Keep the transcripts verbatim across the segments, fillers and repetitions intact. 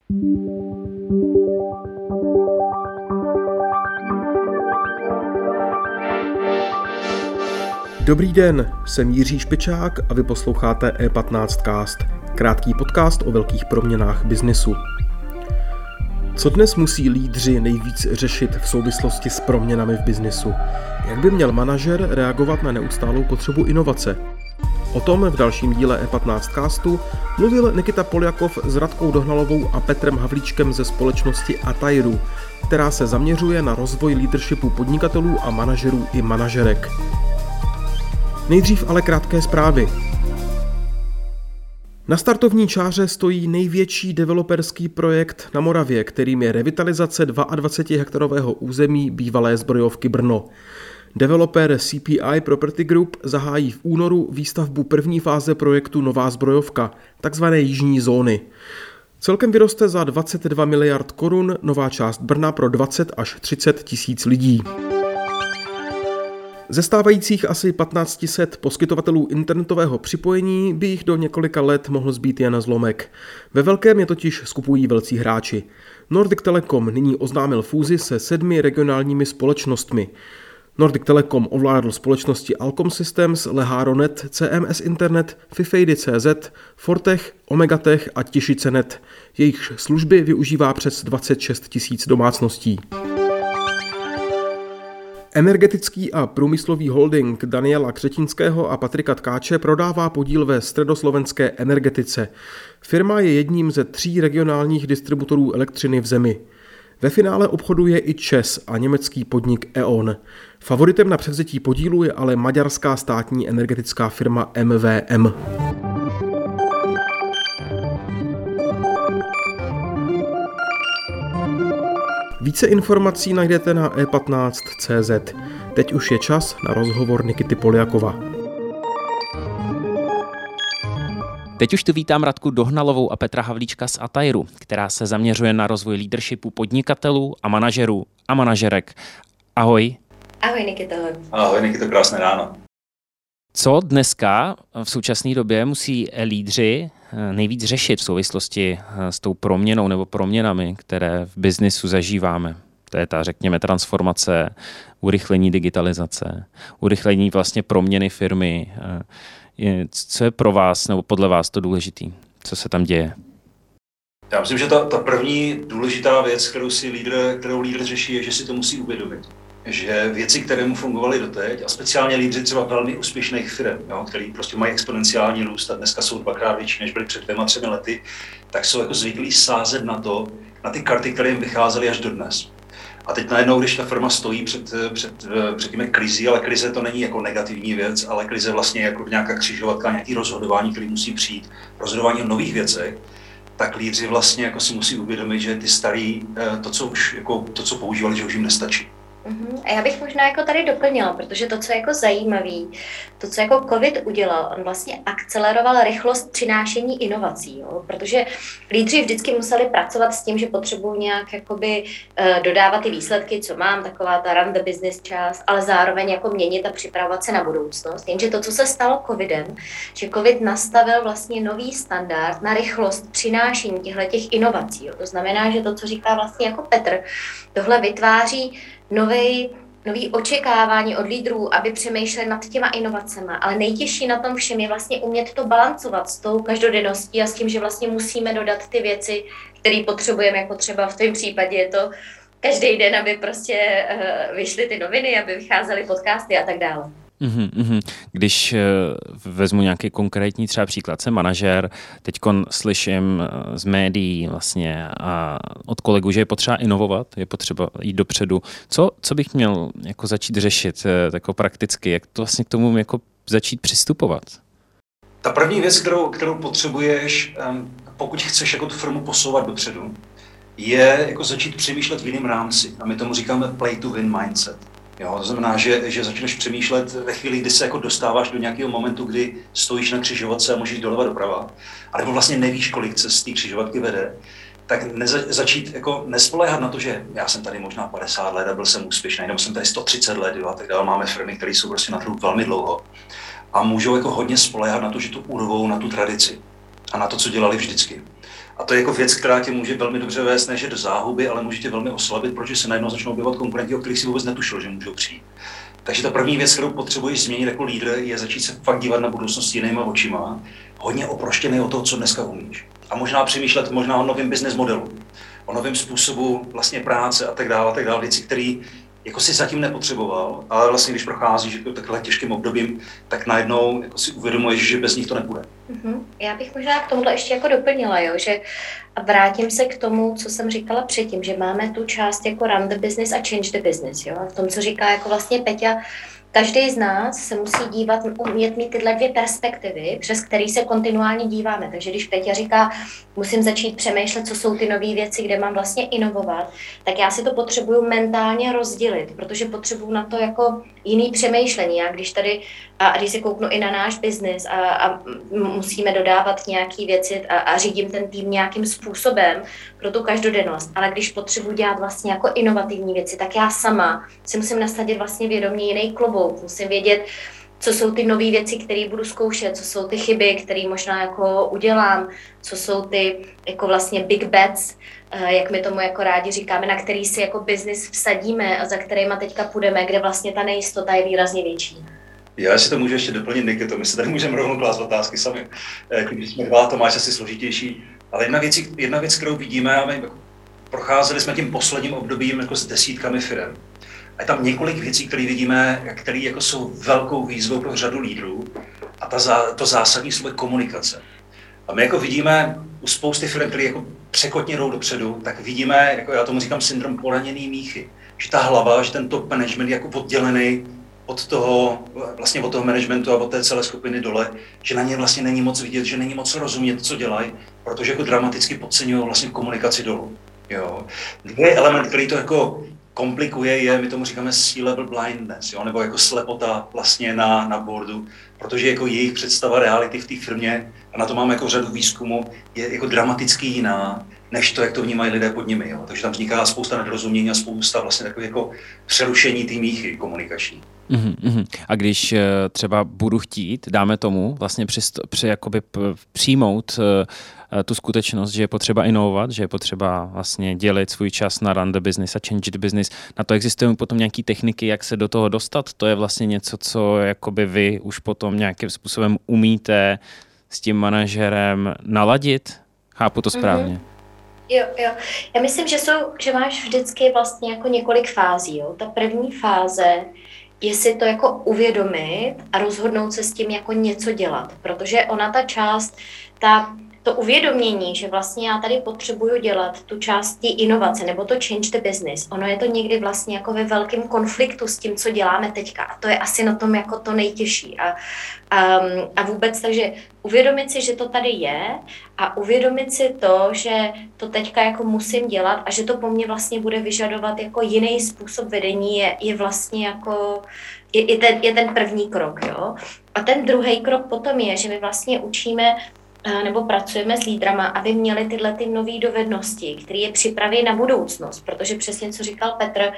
Dobrý den, jsem Jiří Špičák a vy posloucháte E patnáct Cast, krátký podcast o velkých proměnách biznesu. Co dnes musí lídři nejvíc řešit v souvislosti s proměnami v biznesu? Jak by měl manažer reagovat na neustálou potřebu inovace? O tom v dalším díle E patnáct Castu mluvil Nikita Poljakov s Radkou Dohnalovou a Petrem Havlíčkem ze společnosti Atairu, která se zaměřuje na rozvoj leadershipu podnikatelů a manažerů i manažerek. Nejdřív ale krátké zprávy. Na startovní čáře stojí největší developerský projekt na Moravě, kterým je revitalizace dvaadvacetihektarového území bývalé zbrojovky Brno. Developer C P I Property Group zahájí v únoru výstavbu první fáze projektu Nová zbrojovka, takzvané jižní zóny. Celkem vyroste za dvacet dva miliard korun nová část Brna pro dvacet až třicet tisíc lidí. Ze stávajících asi patnáct set poskytovatelů internetového připojení by jich do několika let mohl zbýt jen zlomek. Ve velkém je totiž skupují velcí hráči. Nordic Telecom nyní oznámil fúzi se sedmi regionálními společnostmi. Nordic Telecom ovládl společnosti Alcom Systems, Leharo.net, C M S Internet, Fifejdy tečka cé zet, Fortech, Omegatech a Tišice.net. Jejich služby využívá přes dvacet šest tisíc domácností. Energetický a průmyslový holding Daniela Křetínského a Patrika Tkáče prodává podíl ve středoslovenské energetice. Firma je jedním ze tří regionálních distributorů elektřiny v zemi. Ve finále obchoduje i ČEZ a německý podnik E O N. Favoritem na převzetí podílu je ale maďarská státní energetická firma M V M. Více informací najdete na e patnáct tečka cé zet. Teď už je čas na rozhovor Nikity Poljakova. Teď už tu vítám Radku Dohnalovou a Petra Havlíčka z Atairu, která se zaměřuje na rozvoj leadershipu podnikatelů a manažerů a manažerek. Ahoj. Ahoj Nikito. Ahoj Nikito, krásné ráno. Co dneska v současné době musí lídři nejvíc řešit v souvislosti s tou proměnou nebo proměnami, které v biznisu zažíváme? To je ta, řekněme, transformace, urychlení digitalizace, urychlení vlastně proměny firmy. Co je pro vás nebo podle vás to důležitý? Co se tam děje? Já myslím, že ta, ta první důležitá věc, kterou si lídr, kterou lídr řeší, je, že si to musí uvědomit. Že věci, které mu fungovaly doteď, a speciálně lídři třeba velmi úspěšných firm, jo, který prostě mají exponenciální růst a dneska jsou dvakrát větší, než byly před dvěma, třemi lety, tak jsou jako zvyklí sázet na to, na ty karty, které jim vycházely až dodnes. A teď najednou, když ta firma stojí před, před, před těmi krizí, ale krize to není jako negativní věc, ale krize vlastně jako nějaká křižovatka, nějaký rozhodování, který musí přijít, rozhodování o nových věcech, tak lídři vlastně jako si musí uvědomit, že ty starý, to, co už jako, to, co používali, že už jim nestačí. Uhum. A já bych možná jako tady doplnila, protože to, co je jako zajímavý, to, co jako COVID udělal, on vlastně akceleroval rychlost přinášení inovací, jo? Protože lídři vždycky museli pracovat s tím, že potřebují nějak jakoby uh, dodávat ty výsledky, co mám, taková ta run the business část, ale zároveň jako měnit a připravovat se na budoucnost. Jenže to, co se stalo covidem, že covid nastavil vlastně nový standard na rychlost přinášení těchto inovací, jo? To znamená, že to, co říká vlastně jako Petr, tohle vytváří nový, nový očekávání od lídrů, aby přemýšleli nad těma inovacemi. Ale nejtěžší na tom všem je vlastně umět to balancovat s tou každodenností a s tím, že vlastně musíme dodat ty věci, které potřebujeme, jako třeba v tom případě je to každý den, aby prostě uh, vyšly ty noviny, aby vycházely podcasty a tak dále. Uhum, uhum. Když uh, vezmu nějaký konkrétní třeba příklad, jsem manažer, teďkon slyším uh, z médií vlastně a od kolegů, že je potřeba inovovat, je potřeba jít dopředu. Co, co bych měl jako začít řešit uh, jako prakticky, jak to vlastně k tomu jako začít přistupovat? Ta první věc, kterou, kterou potřebuješ, um, pokud chceš jako tu firmu posouvat dopředu, je jako začít přemýšlet v jiném rámci. A my tomu říkáme play to win mindset. Jo, to znamená, že, že začneš přemýšlet ve chvíli, kdy se jako dostáváš do nějakého momentu, kdy stojíš na křižovatce a můžeš doleva doprava, alebo vlastně nevíš, kolik cest z té křižovatky vede, tak neza, začít jako nespoléhat na to, že já jsem tady možná padesát let a byl jsem úspěšný, nebo jsem tady sto třicet let, jo, a tak dále. Máme firmy, které jsou prostě na trhu velmi dlouho a můžou jako hodně spoléhat na to, že to urvou na tu tradici a na to, co dělali vždycky. A to je jako věc, která tě může velmi dobře vést, ne že do záhuby, ale může tě velmi oslabit, protože se najednou začnou objevovat konkurenti, o kterých si vůbec netušil, že můžou přijít. Takže ta první věc, kterou potřebuješ změnit jako lídr, je začít se fakt dívat na budoucnost jinýma očima, hodně oproštěný od toho, co dneska umíš. A možná přemýšlet možná o novém business modelu, o novém způsobu vlastně práce a tak dále, a tak dále, věci, které jako si zatím nepotřeboval, ale vlastně když procházíš jako takhle těžkým obdobím, tak najednou jako si uvědomuješ, že bez nich to nepůjde. Mm-hmm. Já bych možná k tomuhle ještě jako doplnila, jo, že vrátím se k tomu, co jsem říkala předtím, že máme tu část jako run the business a change the business, jo, a v tom, co říká jako vlastně Peťa, každý z nás se musí dívat, umět mít tyhle dvě perspektivy, přes které se kontinuálně díváme. Takže když Peťa říká, musím začít přemýšlet, co jsou ty nové věci, kde mám vlastně inovovat, tak já si to potřebuju mentálně rozdělit, protože potřebuju na to jako jiný přemýšlení. Já když tady, a když si kouknu i na náš biznis a, a musíme dodávat nějaké věci a, a řídím ten tým nějakým způsobem pro tu každodennost, ale když potřebuji dělat vlastně jako inovativní věci, tak já sama si musím nasadit vlastně vědomě jiný klobouk. Musím vědět, co jsou ty nové věci, které budu zkoušet, co jsou ty chyby, které možná jako udělám, co jsou ty jako vlastně big bets, jak my tomu jako rádi říkáme, na který si jako biznis vsadíme a za kterýma teďka půjdeme, kde vlastně ta nejistota je výrazně větší. Já si to můžu ještě doplnit, Nikito, my se tady můžeme rovnou klást otázky sami. Když jsme dva, to máš asi složitější, ale jedna věc, jedna věc, kterou vidíme, a my procházeli jsme tím posledním obdobím jako s desítkami firem. A je tam několik věcí, které vidíme, které jako jsou velkou výzvou pro řadu lídrů, a ta zá, to zásadní slovo je komunikace. A my jako vidíme u spousty firm, které jako překotně jdou dopředu, tak vidíme, jako já tomu říkám, syndrom poraněný míchy. Že ta hlava, že ten top management je jako oddělený od toho, vlastně od toho managementu a od té celé skupiny dole, že na ně vlastně není moc vidět, že není moc rozumět, co dělají, protože jako dramaticky podceňují vlastně komunikaci dolů. Jo. Druhý element, který to jako komplikuje, je, my tomu říkáme C-level blindness, jo, nebo jako slepota vlastně na, na boardu, protože jako jejich představa reality v té firmě, a na to máme jako řadu výzkumu, je jako dramaticky jiná, než to, jak to vnímají lidé pod nimi. Jo. Takže tam vzniká spousta nedorozumění a spousta vlastně takových jako přerušení té míchy komunikační. Uhum. A když třeba budu chtít, dáme tomu, vlastně při, při jakoby p, přijmout uh, tu skutečnost, že je potřeba inovovat, že je potřeba vlastně dělit svůj čas na run the business a change the business, na to existují potom nějaké techniky, jak se do toho dostat? To je vlastně něco, co jakoby vy už potom nějakým způsobem umíte s tím manažerem naladit? Chápu to správně? Mm-hmm. Jo, jo. Já myslím, že, jsou, že máš vždycky vlastně jako několik fází. Jo. Ta první fáze je si to jako uvědomit a rozhodnout se s tím jako něco dělat, protože ona ta část, ta, to uvědomění, že vlastně já tady potřebuju dělat tu část té inovace nebo to change the business, ono je to někdy vlastně jako ve velkém konfliktu s tím, co děláme teďka, a to je asi na tom jako to nejtěžší a, a, a vůbec, takže uvědomit si, že to tady je a uvědomit si to, že to teďka jako musím dělat a že to po mně vlastně bude vyžadovat jako jiný způsob vedení, je, je vlastně jako, je, je, ten, je ten první krok, jo. A ten druhý krok potom je, že my vlastně učíme nebo pracujeme s lídrama, aby měli tyhle ty nové dovednosti, které je připraví na budoucnost, protože přesně, co říkal Petr,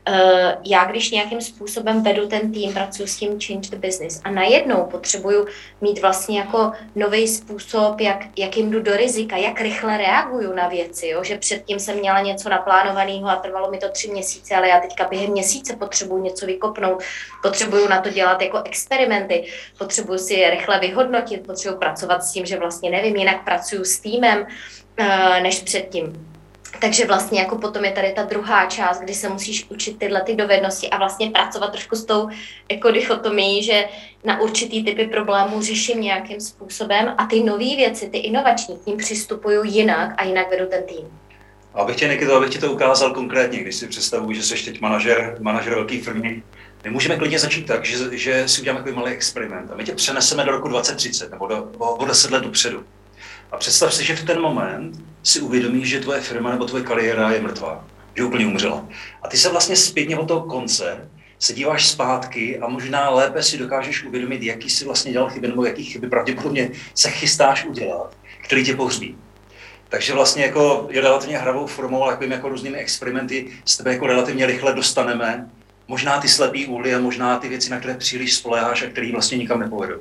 já když nějakým způsobem vedu ten tým, pracuji s tím change the business a najednou potřebuju mít vlastně jako nový způsob, jak, jak jim jdu do rizika, jak rychle reaguju na věci, jo? Že předtím jsem měla něco naplánovaného a trvalo mi to tři měsíce, ale já teďka během měsíce potřebuju něco vykopnout, potřebuju na to dělat jako experimenty, potřebuju si je rychle vyhodnotit, potřebuju pracovat s tím, že vlastně nevím, jinak pracuju s týmem než předtím. Takže vlastně jako potom je tady ta druhá část, kdy se musíš učit tyhle ty dovednosti a vlastně pracovat trošku s tou jako dichotomií, že na určitý typy problémů řeším nějakým způsobem a ty nové věci, ty inovační, k ním přistupuju jinak a jinak vedu ten tým. Abych tě, Nikito, abych ti to ukázal konkrétně, když si představuji, že jsi teď manažer, manažer velké firmy, my můžeme klidně začít tak, že, že si uděláme takový malý experiment a my tě přeneseme do roku dvacet třicet nebo do, o deset let dopředu. A představ si, že v ten moment si uvědomíš, že tvoje firma nebo tvoje kariéra je mrtvá, že úplně umřela. A ty se vlastně zpětně od toho konce se díváš zpátky a možná lépe si dokážeš uvědomit, jaký jsi vlastně dělal chyby nebo jaký chyby pravděpodobně se chystáš udělat, který tě pohřbí. Takže vlastně jako je relativně hravou formou, ale takovými jako různými experimenty z tebe jako relativně rychle dostaneme možná ty slepý úhly a možná ty věci, na které příliš spoléháš a které vlastně nikam nepovedou.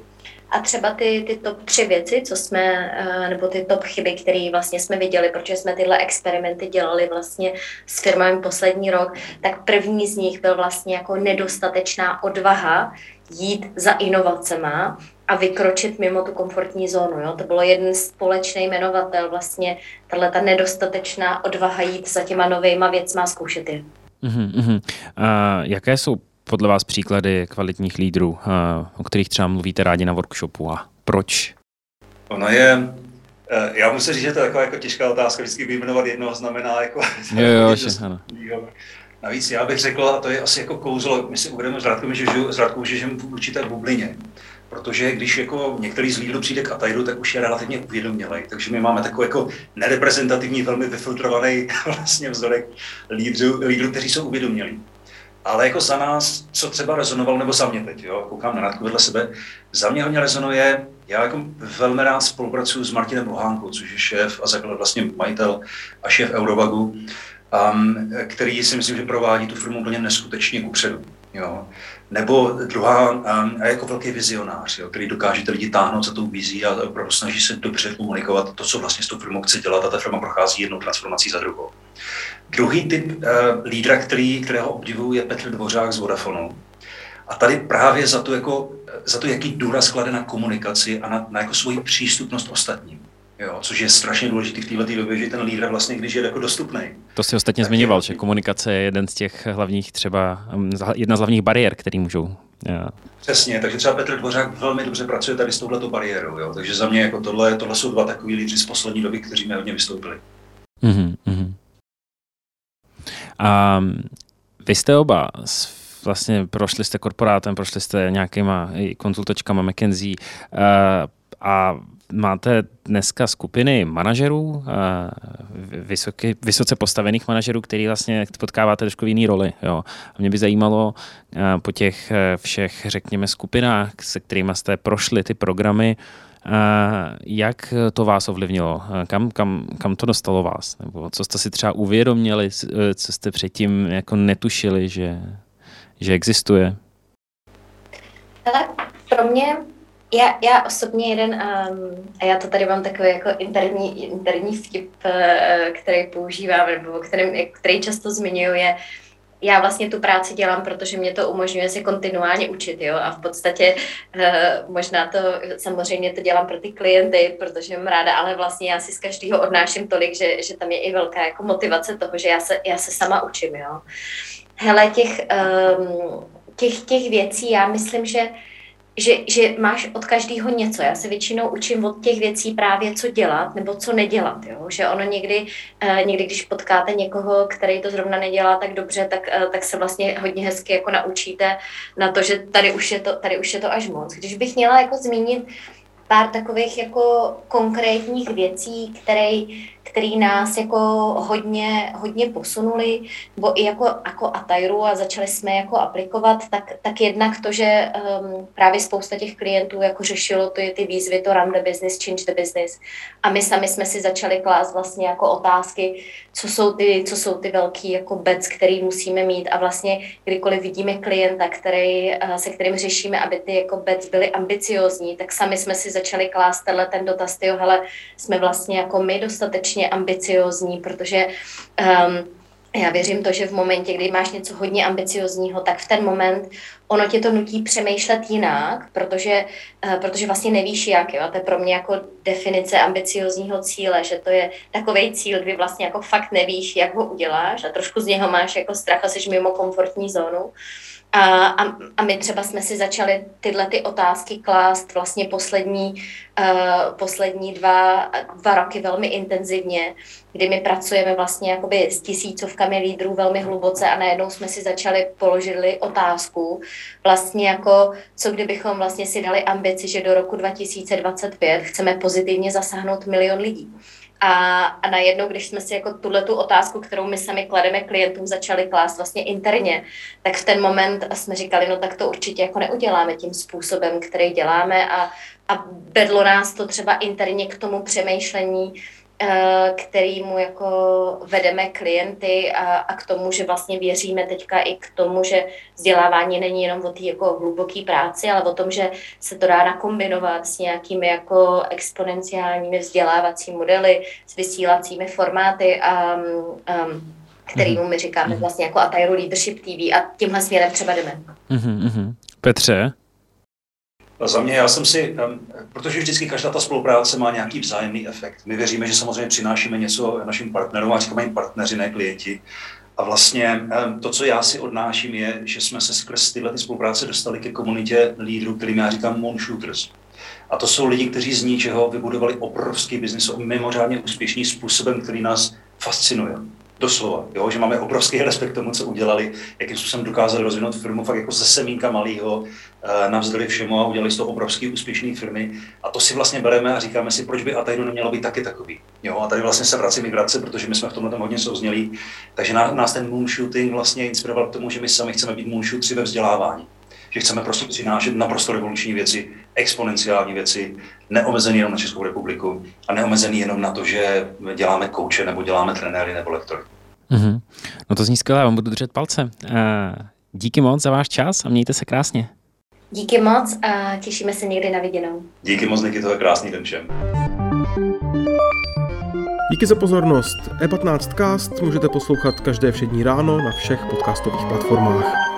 a třeba ty, ty top tři věci, co jsme, nebo ty top chyby, které vlastně jsme viděli, protože jsme tyhle experimenty dělali vlastně s firmami poslední rok, tak první z nich byl vlastně jako nedostatečná odvaha jít za inovacema a vykročit mimo tu komfortní zónu. Jo? To bylo jeden společný jmenovatel, vlastně tato nedostatečná odvaha jít za těma novejma věcma a zkoušet je. Uh-huh, uh-huh. A jaké jsou podle vás příklady kvalitních lídrů, o kterých třeba mluvíte rádi na workshopu a proč? Ono je, já musím říct, že to je taková jako těžká otázka, vždycky vyjmenovat jednoho znamená jako... Jo, jo, že, ano. Navíc já bych řekl, a to je asi jako kouzlo, my si uvědomujeme s Radkou, že, žiju, s Radkou, že žijeme v určité bublině. Protože když jako některý z lídrů přijde k Atairu, tak už je relativně uvědomělej. Takže my máme takový jako nereprezentativní, velmi vyfiltrovaný vlastně vzorek lídrů, lídrů, kteří jsou uvědomělí. Ale jako za nás, co třeba rezonovalo, nebo za mě teď, jo, koukám na Radku vedle sebe, za mě hodně rezonuje, já jako velmi rád spolupracuju s Martinem Bohánkou, což je šéf a zakladatel, vlastně majitel a šéf Eurovagu, um, který si myslím, že provádí tu firmu úplně neskutečně kupředu. Jo. Nebo druhá, um, jako velký vizionář, jo, který dokáže ty lidi táhnout za tou vizí a opravdu snaží se dobře komunikovat to, co vlastně s tou firmou chce dělat, a ta firma prochází jednou transformací za druhou. Druhý typ uh, lídra, který, kterého obdivuju, je Petr Dvořák z Vodafonu. A tady právě za to, jako, za to jaký důraz klade na komunikaci a na, na jako svoji přístupnost ostatním. Jo, což je strašně důležitý v této době, že ten lídr vlastně, když je jako dostupný. To si ostatně zmiňoval, je, že komunikace je jeden z těch hlavních třeba, jedna z hlavních bariér, které můžou. Jo. Přesně, takže třeba Petr Dvořák velmi dobře pracuje tady s touhletou bariérou, jo. Takže za mě jako tohle, tohle jsou dva takový lídři z poslední doby, kteří mi hodně vystoupili. Mm-hmm, mm-hmm. A vy jste oba vlastně prošli jste korporátem, prošli jste nějakýma konzultačkama McKinsey a máte dneska skupiny manažerů, vysoky, vysoce postavených manažerů, který vlastně potkáváte trošku v jiný roli. Jo. A mě by zajímalo po těch všech, řekněme, skupinách, se kterými jste prošli ty programy, jak to vás ovlivnilo? Kam, kam, kam to dostalo vás? Nebo co jste si třeba uvědomili, co jste předtím jako netušili, že, že existuje? Ale pro mě Já, já osobně jeden, um, a já to tady mám takový jako interní, interní vtip, uh, který používám, nebo který, který často zmiňuji, je, já vlastně tu práci dělám, protože mě to umožňuje se kontinuálně učit, jo, a v podstatě uh, možná to, samozřejmě to dělám pro ty klienty, protože mám ráda, ale vlastně já si z každého odnáším tolik, že, že tam je i velká jako motivace toho, že já se, já se sama učím, jo. Hele, těch, um, těch, těch věcí, já myslím, že Že, že máš od každého něco. Já se většinou učím od těch věcí právě, co dělat nebo co nedělat. Jo? Že ono někdy, eh, někdy, když potkáte někoho, který to zrovna nedělá tak dobře, tak, eh, tak se vlastně hodně hezky jako naučíte na to, že tady už je to, tady už je to až moc. Když bych měla jako zmínit pár takových jako konkrétních věcí, které který nás jako hodně, hodně posunuli, nebo i jako, jako Atairu a začali jsme jako aplikovat, tak, tak jednak to, že um, právě spousta těch klientů jako řešilo ty, ty výzvy, to run the business, change the business. A my sami jsme si začali klást vlastně jako otázky, co jsou ty, co jsou ty velký jako bets, který musíme mít, a vlastně kdykoliv vidíme klienta, který, se kterým řešíme, aby ty jako bets byly ambiciózní, tak sami jsme si začali klást tenhle ten dotaz, tyjo, hele, jsme vlastně jako my dostatečně ambiciozní, protože um, já věřím to, že v momentě, kdy máš něco hodně ambiciozního, tak v ten moment ono tě to nutí přemýšlet jinak, protože, uh, protože vlastně nevíš jak, jo? To je pro mě jako definice ambiciozního cíle, že to je takovej cíl, kdy vlastně jako fakt nevíš, jak ho uděláš a trošku z něho máš jako strach a jsi mimo komfortní zónu. A, a, a my třeba jsme si začali tyhle ty otázky klást vlastně poslední, uh, poslední dva, dva roky velmi intenzivně, kdy my pracujeme vlastně jakoby s tisícovkami lídrů velmi hluboce a najednou jsme si začali položili otázku vlastně jako, co kdybychom vlastně si dali ambici, že do roku dva tisíce dvacet pět chceme pozitivně zasáhnout milion lidí. A, a najednou, když jsme si jako tuhletu otázku, kterou my sami klademe klientům, začali klást vlastně interně, tak v ten moment jsme říkali, no tak to určitě jako neuděláme tím způsobem, který děláme, a, a vedlo nás to třeba interně k tomu přemýšlení, kterýmu jako vedeme klienty a, a k tomu, že vlastně věříme teďka i k tomu, že vzdělávání není jenom o té jako hluboké práci, ale o tom, že se to dá nakombinovat s nějakými jako exponenciálními vzdělávacími modely, s vysílacími formáty, a, um, kterýmu my říkáme vlastně jako Atairu Leadership T V, a tímhle směrem třeba jdeme. Mm-hmm. Petře? Za mě, já jsem si, protože vždycky každá ta spolupráce má nějaký vzájemný efekt. My věříme, že samozřejmě přinášíme něco našim partnerům, a říkáme jim partneři, ne klienti. A vlastně to, co já si odnáším, je, že jsme se skrz tyhle ty spolupráce dostali ke komunitě lídrů, kterým já říkám moonshooters. A to jsou lidi, kteří z ničeho vybudovali obrovský biznis, mimořádně úspěšný způsobem, který nás fascinuje. Doslova, jo? Že máme obrovský respekt tomu, co udělali, jakým způsobem dokázali rozvinout firmu fakt jako ze semínka malýho, navzdory všemu, a udělali z toho obrovský úspěšný firmy. A to si vlastně bereme a říkáme si, proč by Atairu nemělo být taky takový. Jo? A tady vlastně se vracím migrace, protože my jsme v tomhle tam hodně souznělí. Takže nás ten moonshooting vlastně inspiroval k tomu, že my sami chceme být moonshootři ve vzdělávání. Že chceme prostě přinášet naprosto revoluční věci, exponenciální věci, neomezený jenom na Českou republiku a neomezený jenom na to, že děláme kouče nebo děláme trenéry nebo lektory. Mm-hmm. No to zní skvěle, já vám budu držet palce. Díky moc za váš čas a mějte se krásně. Díky moc a těšíme se někdy na viděnou. Díky moc, Niky, toho krásný den všem. Díky za pozornost. E patnáct Cast můžete poslouchat každé všední ráno na všech podcastových platformách.